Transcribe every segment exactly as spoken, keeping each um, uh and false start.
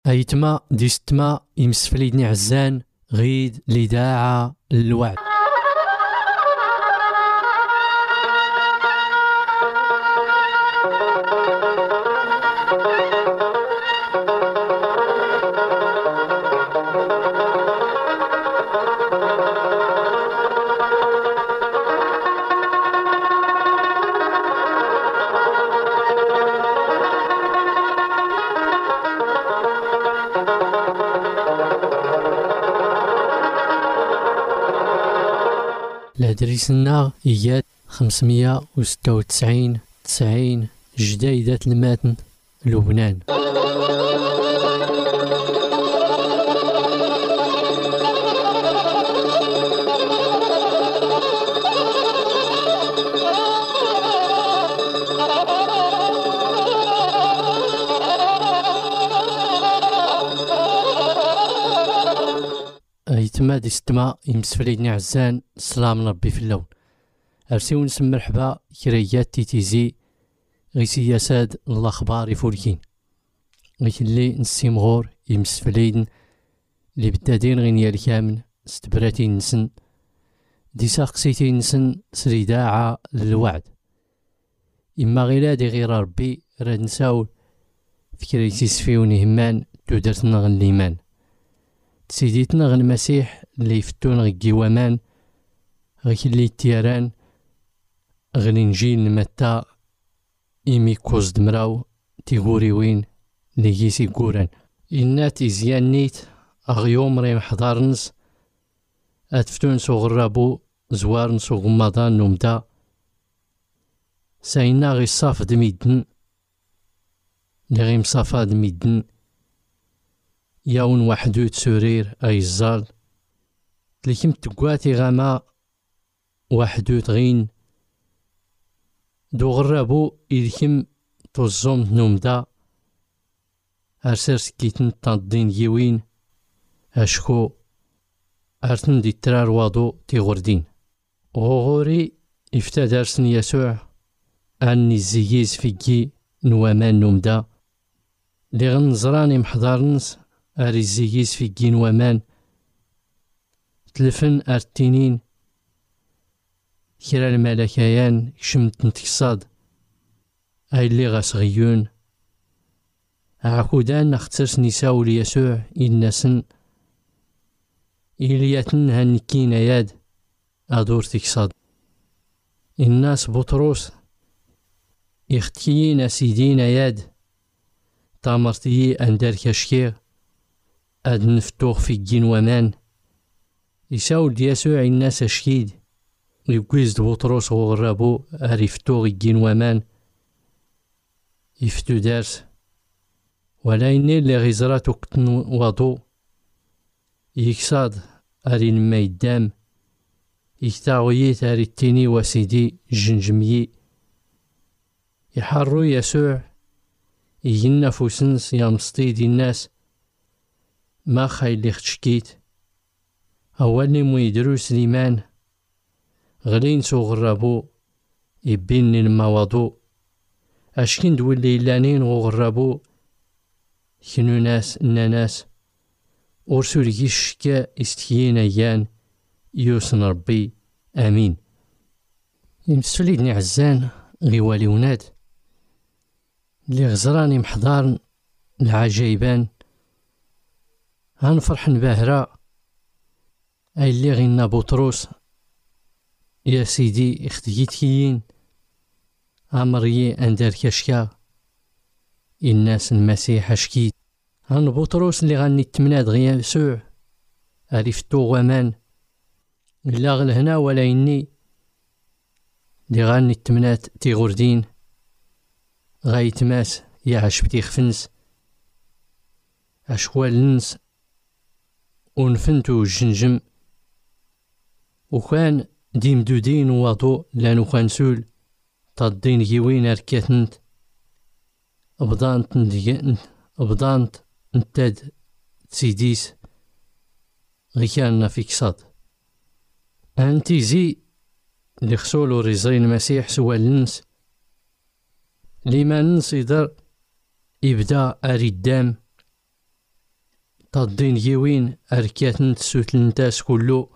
أيتما ديستما يمسفليدني عزان غيد لداعة الوعد. الهدريسنا إيات خمسمية وستة وتسعين تسعين جديدة الماتن لبنان. أيتما ديستما يمسفليدني عزان سلام ربي في اللون. أرسيو نسم مرحبا كريات تيتيزي غي سياساد الأخبار يفولكين غي اللي نسيمغور يمسفليدن اللي بدادين غينيا الكامن استبراتي نسن دي ساقسيتي نسن سريداعة للوعد. إما غيلادي غير ربي راد نساول فكريتي سفيوني همان تودرتنا غن ليمان سيديتنا غن المسيح اللي يفتون غي قيوامان غي اللي تيران غن انجيل نمتا إيمي كوز دمراو تيغوري وين ليجيسي قوران إنا تيزيان نيت أغيوم ريم حضارنس أتفتون سو غرابو زوارن سو غمضان نومدا ساينا غي صاف دميدن لغي مصافا دميدن ياون وحدو تسورير أي الزال تليكم تقواتي غاما وحدو تغين دو غرابو إلكم توزوم نومدا أرسر سكيتن تنضين يوين أشكو أرتن دي ترار واضو تيغردين غوغوري إفتا دارسن يسوع أني الزييز فيكي نوامان نومدا لغن زراني محضارنس أري الزييز فيكي نوامان تلفن أرتينين كرا الملكيان كشمت نتكصاد أي اللي غاسغيون عقودان نخترس نساو ليسوع إنسن إلياتن هنكين ياد أدور تكصاد الناس بطروس اختيين سيدين ياد تامرتي أندر كشكير أد نفتوغ في الجين ومان يساو ليسوع الناس أشكيد يقويز بطروس وغرابو أريفتوغ الجين ومان يفتو دارس ولا إني اللي غزراتو كتن وضو يكساد أري نما يدام يكتاغيت أري التيني وسيدي جنجمي يحرو يسوع يجينا فوسنس يا مصطيدي الناس ما خاي اللي ختشكيت أولي مو يدرو سليمان غلين سو غرابو يبين المواضو أشكين دولي لانين وغرابو كنو ناس إنا ناس أرسل يشكا استكيين أيان يوسن ربي آمين. يمسوليدني عزان غيوالي وناد اللي غزراني محضارن العجايبان هنفرحن باهرا أي اللي غينا بطروس يا سيدي اختيتكيين عمري أندر كشكا الناس المسيح أشكيت هن بطروس اللي غني التمناد غيا يسوع عرفتو غمان لا غلهنا ولا إني اللي غني التمناد تيغردين غايتماس يا عشبتي خفنس أشوالنس ونفنتو الجنجم وكان ديم دودين وضو لانو كان سول تضين جيوين أركاتنت أبضانت ندقنت أبضانت نتاد تسيديس غيكاننا في كصاد أنتي زي اللي خسولو رزين المسيح سوى النس لما ننس يدر يبدا أريدام تضين جيوين أركاتن تسوت لنتاس كلو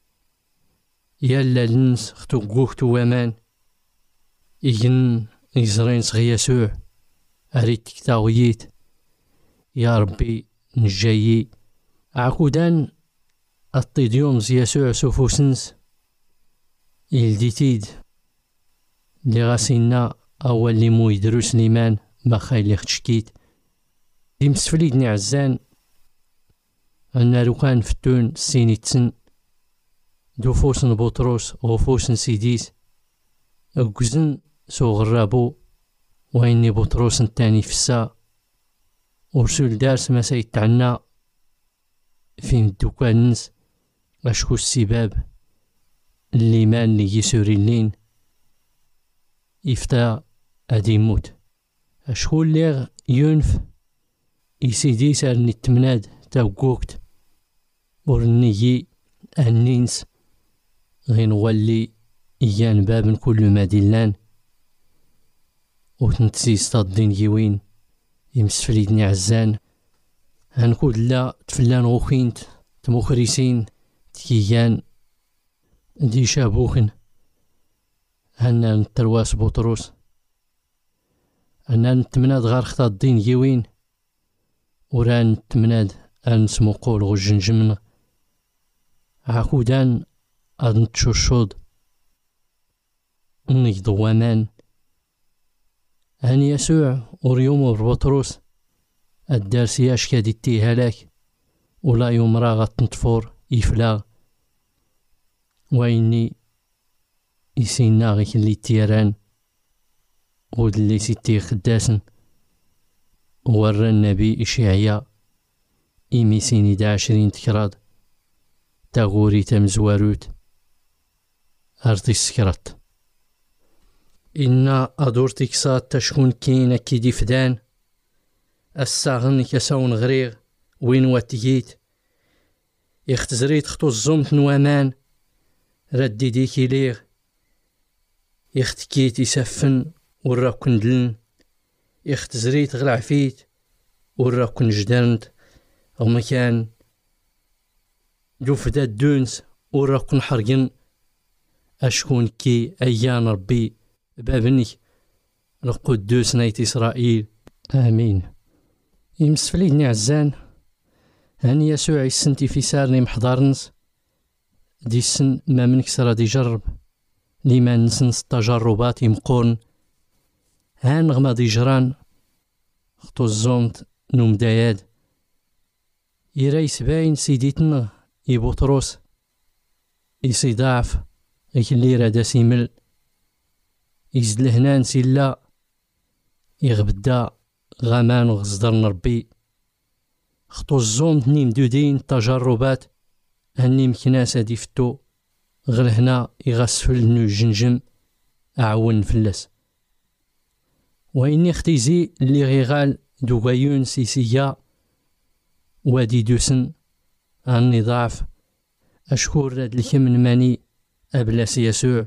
يالا لنس ختو قوكتو وامان إجن إزرين صغيسوع أريد تكتاويت يا ربي نجايي عقودان الطيديوم زيسوع سوفوسنس إلديتيد لي غاسينا أول لي مو يدروس ليمان ما خايلي ختشكيت دي مسفليدني عزان أنا لو كان فتون سينيتسن دو فوسن بطرس أو فوسن سيديس أقزن سو غرابو وإني بطرس التاني في السا ورسول دارس ما سيتعنا فين الدوكان نس أشكو السباب اللي مان اللي يسوري اللين يفتا أدي موت أشكو اللي ينف يسيدي سالني التمناد تاوكوكت ورنيي أنينس غين ولي إيان باب كل ما دلان وتنتسيس تضين جيوين يمسفليدني عزان هنقول لا تفلان غوخينت تمخرسين تكيان دي شابوخن هنا نترواس بطروس هنا نتمناد غار خطا الدين جيوين وران نتمناد أن نسمو قول غجنجمن عقودان أدن تشوشود نيض وامان هن يسوع وريوم وربطروس الدارسي أشكادي تيهالاك ولا يوم راغة تنطفور يفلاغ وإني يسينا غيك اللي تيران ود اللي سيتي خداسن ورى النبي إشعياء إيمي سيني دا عشرين تكراد تاغوري تمزواروت أرضي السكرات إنا أدورتك صاد تشكون كينا كيدي فدان الساغن كساون غريغ وين واتيت يختزريت خطو الزمت نوامان ردي ديكي ليغ يختكيت يسفن وراكن دلن يختزريت غلع فيت وراكن جدرنت أو مكان جوفدا دونس وراكن حرقن أشكون كي أيان ربي بابنك القدوس نايت إسرائيل آمين. يمسفليدني عزان هاني يسوع يسنتي في سارني محضارنس دي السن ما منك سرا دي جرب لما نسنس التجربات يمقون هان غماضي جران خطو الزومت نوم داياد يرايس باين سيديتنا يبوطروس يسي ضعف يكلي رادا سيمل يزد لهنان سيلا يغبدا غامان وغزدر ربي خطو الزومت نيم دودين تجربات هني مكناسة دي فتو غير هنا يغسفل نو جنجم أعون فلس وإني اختيزي اللي غيغال دوغايون سيسيا وادي دوسن أني ضعف أشكر راد الكمن ماني أبلاس يسوع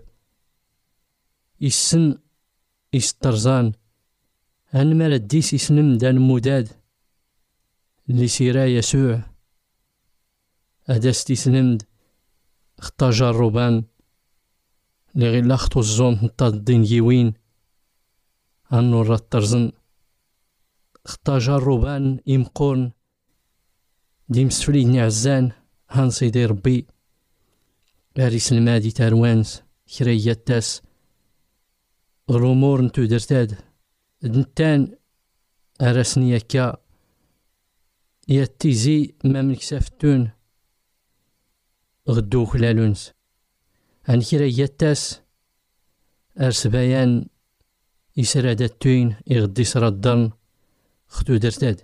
يسن يسترزان هن مرديس يسنم دان موداد اللي سيرا يسوع أداستي سنمد خطا جربان اللي غير لاختو الزون نتا الدين جيوين أنو رات ترزن خطا جربان يمقون دي مسفليني عزان هان سيدي ربي هاريس المادي تاروانس كريات تاس غلومور نتو درتاد دنتان أرسني يكا ياتيزي ما منك سافتون غدو خلالونس هان كريات تاس أرس بيان يسرادات توين يغدي سردان خدو درتاد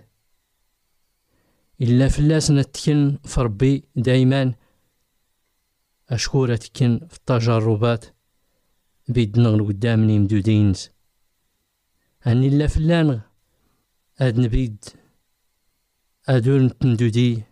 إلا فلاس نتكن فربي دايما أشكورة تكن في التجربات بيدنا قدامني مدودينز هاني إلا فلان أد نبيد أدور نتندودي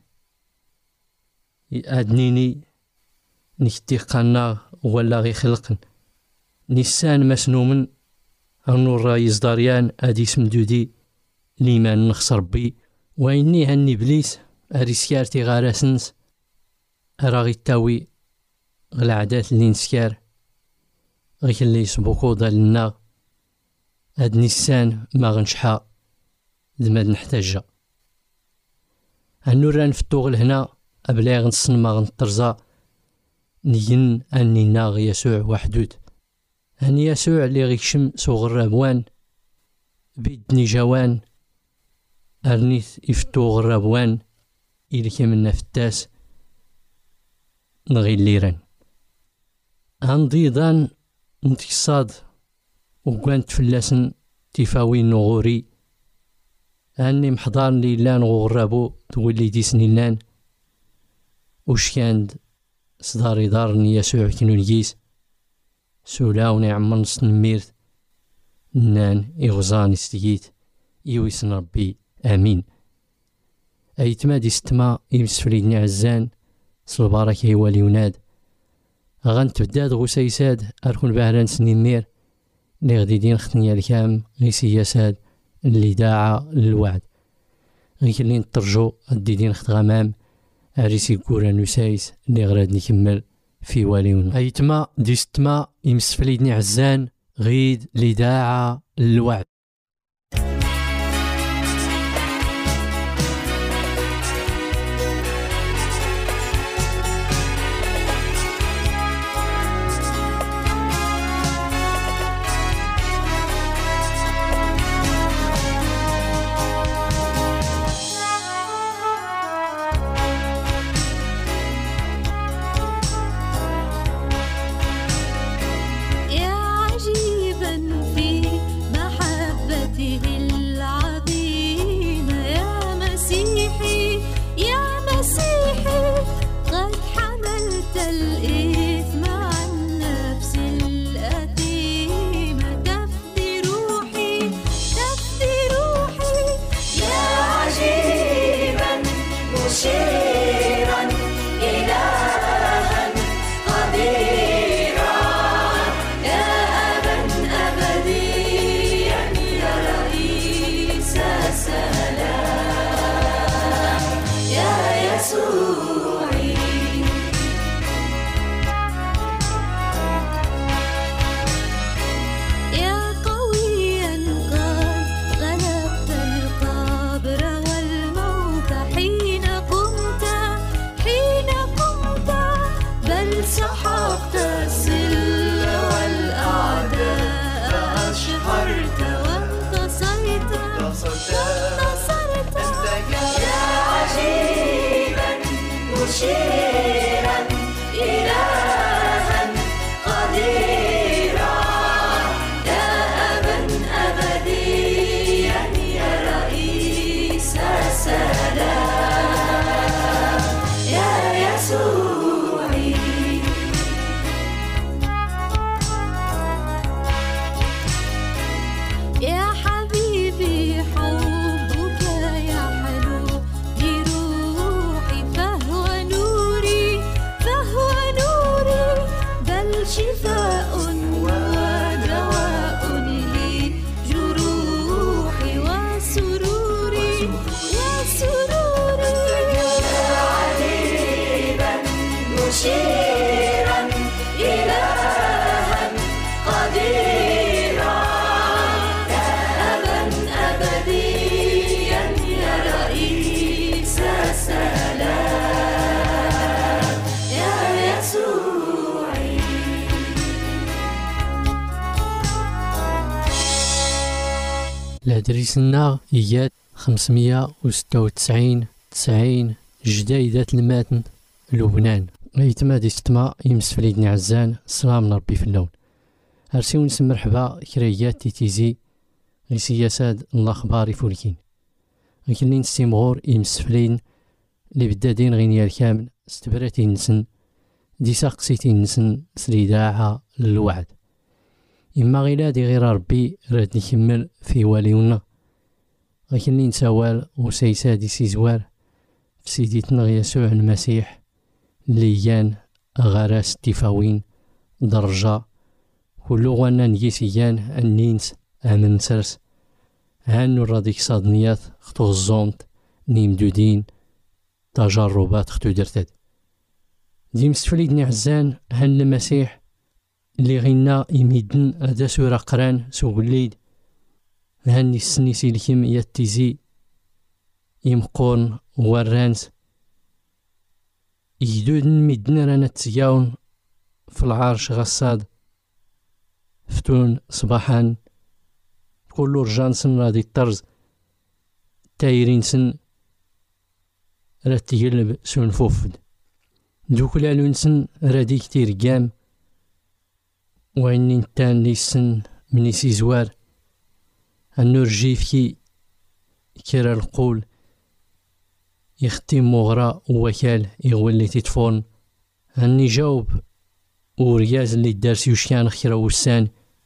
أدنيني نكتي قنا ولا غي خلقن نسان مسنومن أنو الرايز داريان أدي سمدودي ليمان نخسر بي وإني هني بليس أريسكارتي غارسنس أراغي التاوي غالعادات اللي نسكار غيك اللي يسبوكو دالنا هاد نيسان ما غنشحا دماد نحتاجها. هنورا نفتوغ لهنا أبلا غنصن ما غنطرزا نين أنينا غي يسوع وحدود. هني يسوع اللي غيكشم صغر رابوان بيدني جوان أرنيث يفتوغ الرابوان إلي كمنا فتاس نغي الليران. هنضيضان نتكصاد وقوانت فلاسن تفاوين نغوري هاني محضار ليلان غورابو تولي ديسني لان وشكاند صداري دارني يسوع كنو نجيس سولاوني عمر نص نميرت نان إغزاني ستيت إيويسن ربي آمين. أيتما دي ستما يمسفليدني عزان سلبارك هيوالي يوناد غانت بداد غسيساد أركون بهران سنين مير اللي غدي دين ختنيا الكام غي سياساد اللي داعا للوعد غي اللي نترجو غدي دين خت غمام أريسي كورا نسايس اللي غراد نكمل في واليون. أيتما دي ستما يمسفليدني عزان غيد اللي داعا للوعد. الهدريسنا إيات خمسمية وستة وتسعين تسعين جدايدات الماتن لبنان. أيتما دي ستما يمسفليدني عزان سلام ربي في اللون. هرسيو نسم مرحبا كريات تيتيزي غي سياساد الأخبار يفولكين غيكلي نستيمغور يمسفلين اللي بدادين غينيا الكامل استبراتي نسن دي ساقسيتي نسن سريداعها للوعد. إما غيلا دي غير ربي راد نكمل في واليونا غيكلي نسوال وسيسادي سيزوار في سيديتنا يسوع المسيح اللي يان غراس تفاوين درجة كلو غانا نيسيان النينس آمن سرس هانو راديك صادنيات خطو الزونت نيم دودين تجربات ختو درتاد دي مستفليدني عزان هن المسيح اللي غينا يميدن هذا سورة قران سوغليد هاني السني سيلكم يتيزي يمقون ورانس يجدود ميدن رانا تسياون في العرش غصاد فتون صباحا كل رجان سن رادي الطرز تايرين سن راه تيقلب سنفوفد دوك لالونسن رادي كتير قام وين نتان لي سن مني سي زوار النور جيفكي كرا القول يختم مغرى ووكال يغولي تيتفون هني جاوب ورياز اللي دارس يوشكان خيرا وسان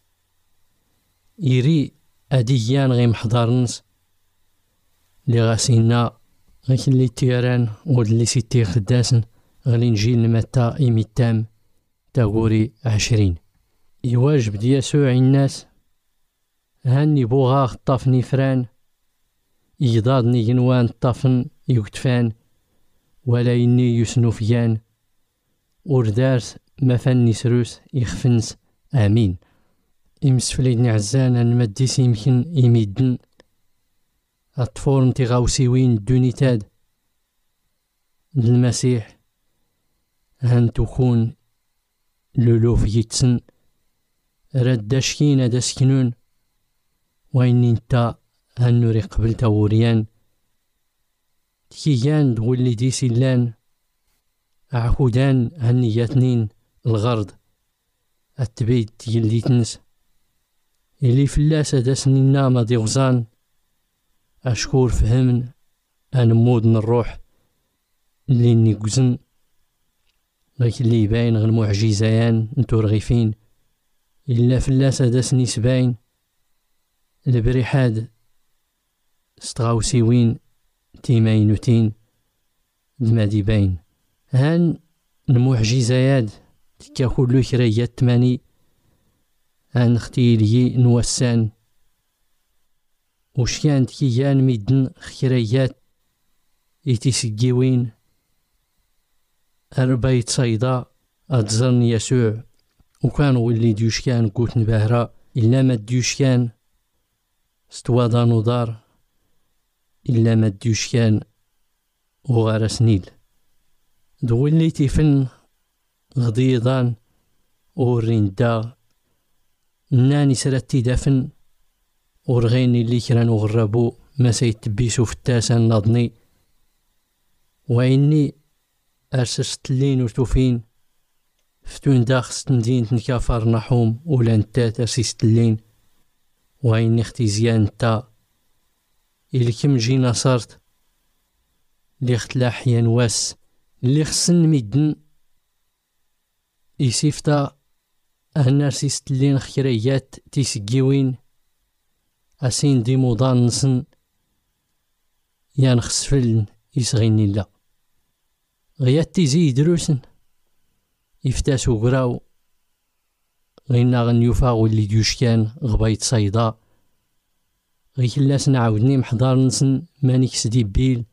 يري اديان غي محضرنس لي غاسينا غيك اللي تيران ود اللي سيتي خداسن غلي نجي لمتا ايميتام تاغوري عشرين يواجب دي يسوع الناس هاني بوغا خطافني فران يضادني جنوان طافن يكتفان ولا يني يسنو فيان وردارس ما فني سروس يخفنس امين يمسفليدني عزان ان مديس يمكن يميدن الطفور نتي غاوسيوين دونيتاد المسيح هان تكون لولوف يتسن رداشكين هذا سكنون وين انت هنوري قبل تاوريان تكيان دولي دي سيلان عهودان هنياتنين الغرض التبيد يلي تنس اللي فلاس هذا سنينا ما دي غزان اشكور فهمن انمود من الروح اللي نيقزن لكن اللي يباين غير المعجزيان نتو رغيفين إلا فلاس هذا سني سباين البريحاد ستغاوسيوين تيماينوتين المادي باين هان المعجزيات تكا كلو كريات تماني هان اختيلي نوسان وش كانت كيان ميدن خيريات يتسجيوين أربعة صيدا أتزرن يسوع وكان ولي ديوشكان قوت نباهرة إلا ما ديوشكان ستوادا نضار إلا ما ديوشكان وغارس نيل دولي تيفن غضيضان وريندا ناني سرتي دفن ورغيني اللي كران وغربو ما سيتبيسو في التاسان نضني وإني أرسست اللين وتوفين فتون داخس تندين تنكافر نحوم ولا نتات أرسست اللين وإني اختي زيان تا إلي كم جينا صارت اللي اختلاح ينواس اللي خصن ميدن يسيفتا هنا رسيست اللين خيريات تيسقيوين أسين دي موضان نسن يان خسفلن يسغيني لا غيات تيزي دروسن يفتاسو قراو غينا غن يفاغو اللي ديوشكان غبايت صيدا غي كلاس نعاودني محضار نسن مانيك سدي بيل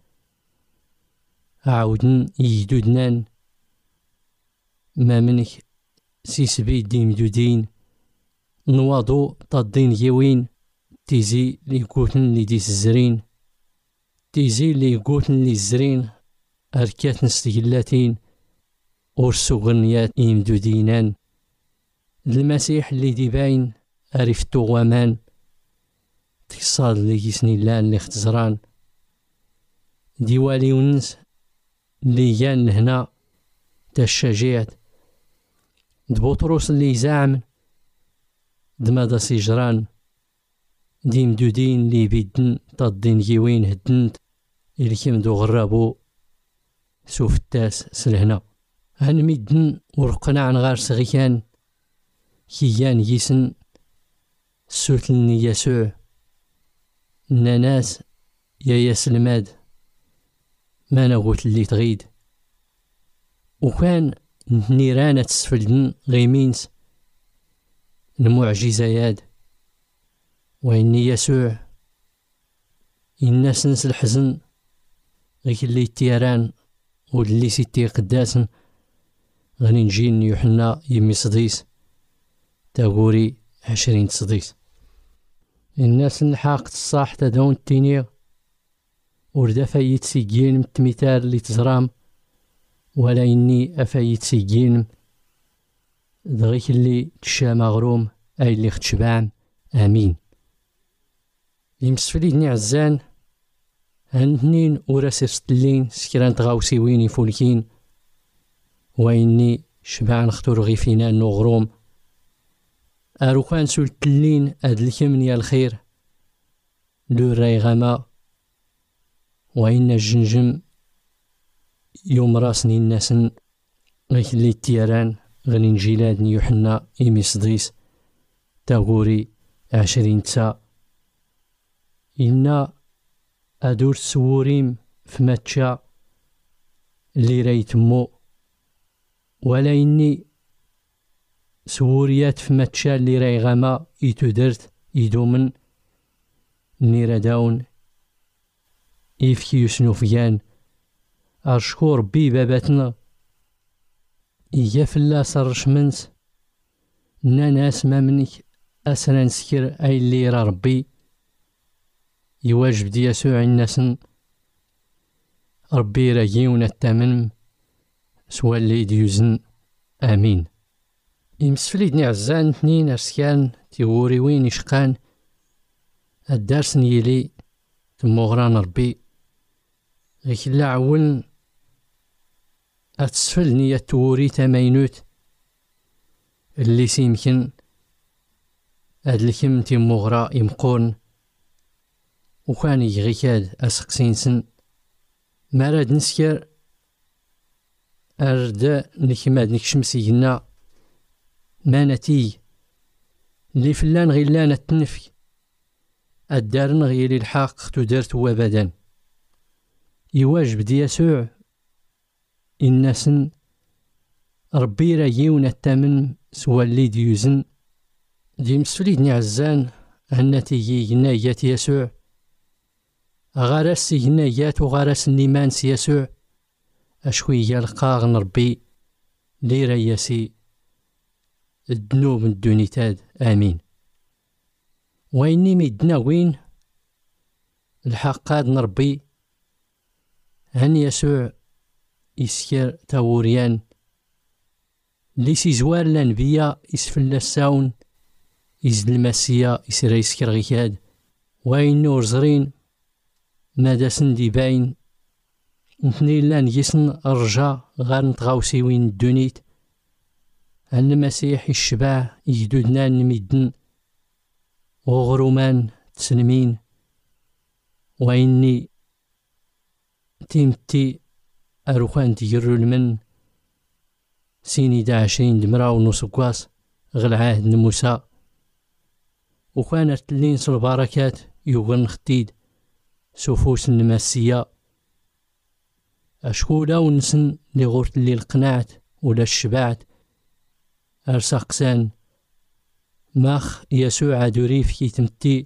عاودن يجدودنان ما منك سيسبي دي مدودين نواضو طادين يوين تيزي لي قوتن لي ديس الزرين تيزي لي قوتن لي الزرين أركات نستغلاتين ورسو غنيات إمدودينان المسيح اللي دي باين عرفتو غوامان تكصاد لي جسني لان اللي اختزران ديوالي ونس اللي جان لهنا تا الشجاعت دبوطروس اللي زعم دمادا سيجران دي مدودين اللي بيدن تادين جيوين هدنت اللي كيمدو غرابو سوف التاس سلهنا هان ميدن ورقنا عن غار صغيان كيان يسن سوتلني يسوع الناس يا يسلماد ما نغوت اللي تغيد وكان نيرانة تسفلدن غيمينس المعجزيات وإني يسوع الناس نس الحزن غيك اللي تيران واللي سيتي قداسن غني نجي يوحنا يمي صديس تاغوري عشرين صديس. الناس الحاق الصاح تداون التينيغ وردا فايت سيجين متمثال اللي تزرام ولا إني أفايت سيجين دغيك اللي تشا مغروم أي اللي ختشبعم آمين. يمسفليدني عزان هنتنين وراسي ستلين سكران تغاوسيوين يفولكين وإني شبعان خطور غيفينا نغروم أروكان سلتلين أدلكم يا الخير لو راي غما وإن الجنجم يوم راسني الناسن غيك اللي التيران غني نجيلاد يوحنا إيمي صديس تاغوري عشرين تسا إنا أدور سوريم في ماتشا اللي رايتمو ولا إني سوريات في ماتشا اللي راي غاما إيتو درت يدومن نيرا داون إفكي يسنوفيان أشكور بي باباتنا إيا فلا سرشمنت ناس ما منك أسران سكر أي اللي را ربي يواجب دي يسوع الناسن ربي راجيونا التامن سوا اللي ديوزن آمين. يمسفليدني عزان اثنين أرسكان تيوري وين يشقان الدارس نيلي تموغران ربي غيك لا عون أتسفل نية توري تماينوت اللي سيمكن أدلكم تيموغرا يمقون وكان يغيكاد أسقسينسن مراد نسكر أرد نكماد نكشمسينا ما نتي اللي فلان غيلان التنفك الدارن غيلي الحاق تدرت وابدا يواجب دي يسوع الناسن ربي رايون التامن سوا اللي ديوزن دي مسفليدني عزان هنتي جنايات يسوع غارس جنايات وغارس النيمان يسوع أشوية لقاغ ربي لي رياسي الذنوب الدونيتاد آمين. وإني ميدنا وين الحقاد نربي هن يسوع يسكر تاوريان ليسي زوار لانبيا يسفل الساون يزد المسيا يسرى يسكر غيكاد وين نور زرين مادا سندي باين نتني لان يسن رجا غار نتغاوسي وين الدونيت أن المسيح الشبع يجدودنا نميدن وغرومان تسلمين وإني تيمتي أروخان تجرو المن سيني دا عشرين دمرا ونص كواس غل عهد موسى وكانت لينس البركات يوغن ختيد سفوس النماسية أشكولا ونسن لغورت اللي القناعت ولا الشبعت أرساقسان ماخ يسوع دوريف كي تمتي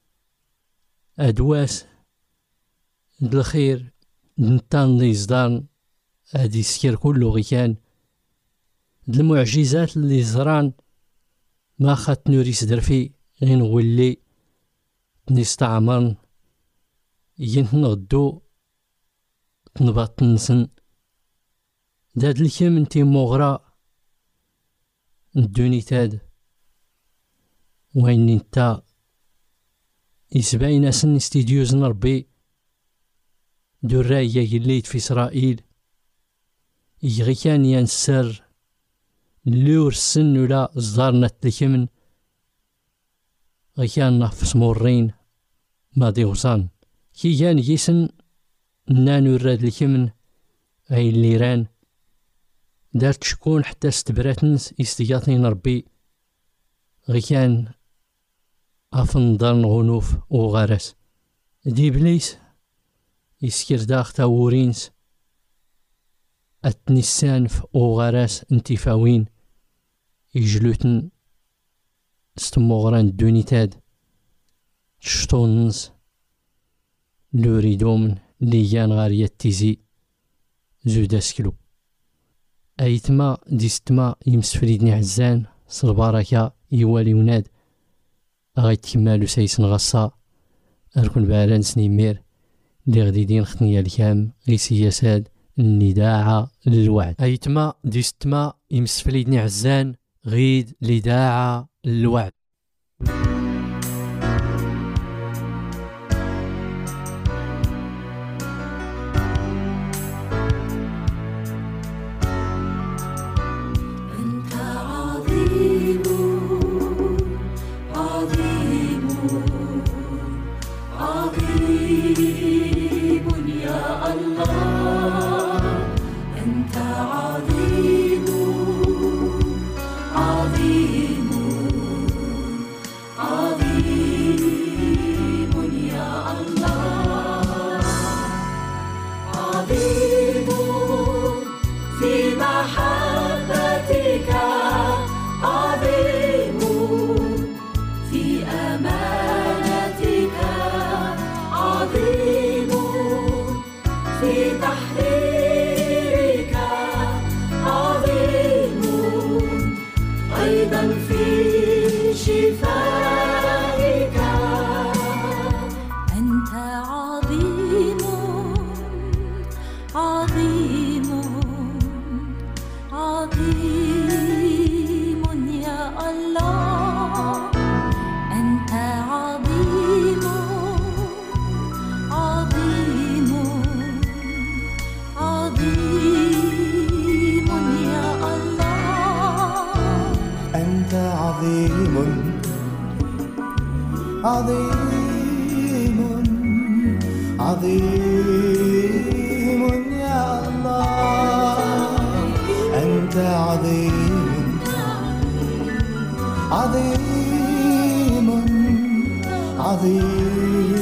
أدواس بالخير نتان لي زدان هادي سكر كله غيكان المعجزات اللي زران ما خات نوريس درفي غين ولي نستعمرن ينتنغدو تنبات نسن داد الكم انتي مغرا ندوني تاد وين انتا يسباين سن استديوز نربي درايا يليت في إسرائيل يغي كان ينسر لور السن ولا زارنا تلكمن غي كان نفس مورين ما ديوصان كي كان يسن نانو راد الكمن اي الليران دارت شكون حتى استبراتنس استياطين ربي غي كان افنضان غنوف وغرس دي بليس يسكر داخ تاورينس التنسان في وغرس انتفاوين يجلوتن ستموغران دونيتاد شطونس لوريدومن ليان غار يتيزي زود اسكلو ايتما ديستما يمسفريدني عزان صلباركا يوالي وناد غايت كمالو سايسن غصا اركن بعلان سنيمير اللي غدي دين خطنيا الكام غي سياسات النداعة للوعد. ايتما ديستما يمسفريدني عزان غيد لداعة للوعد. عظيم عظيم يا الله، أنت عظيم عظيم عظيم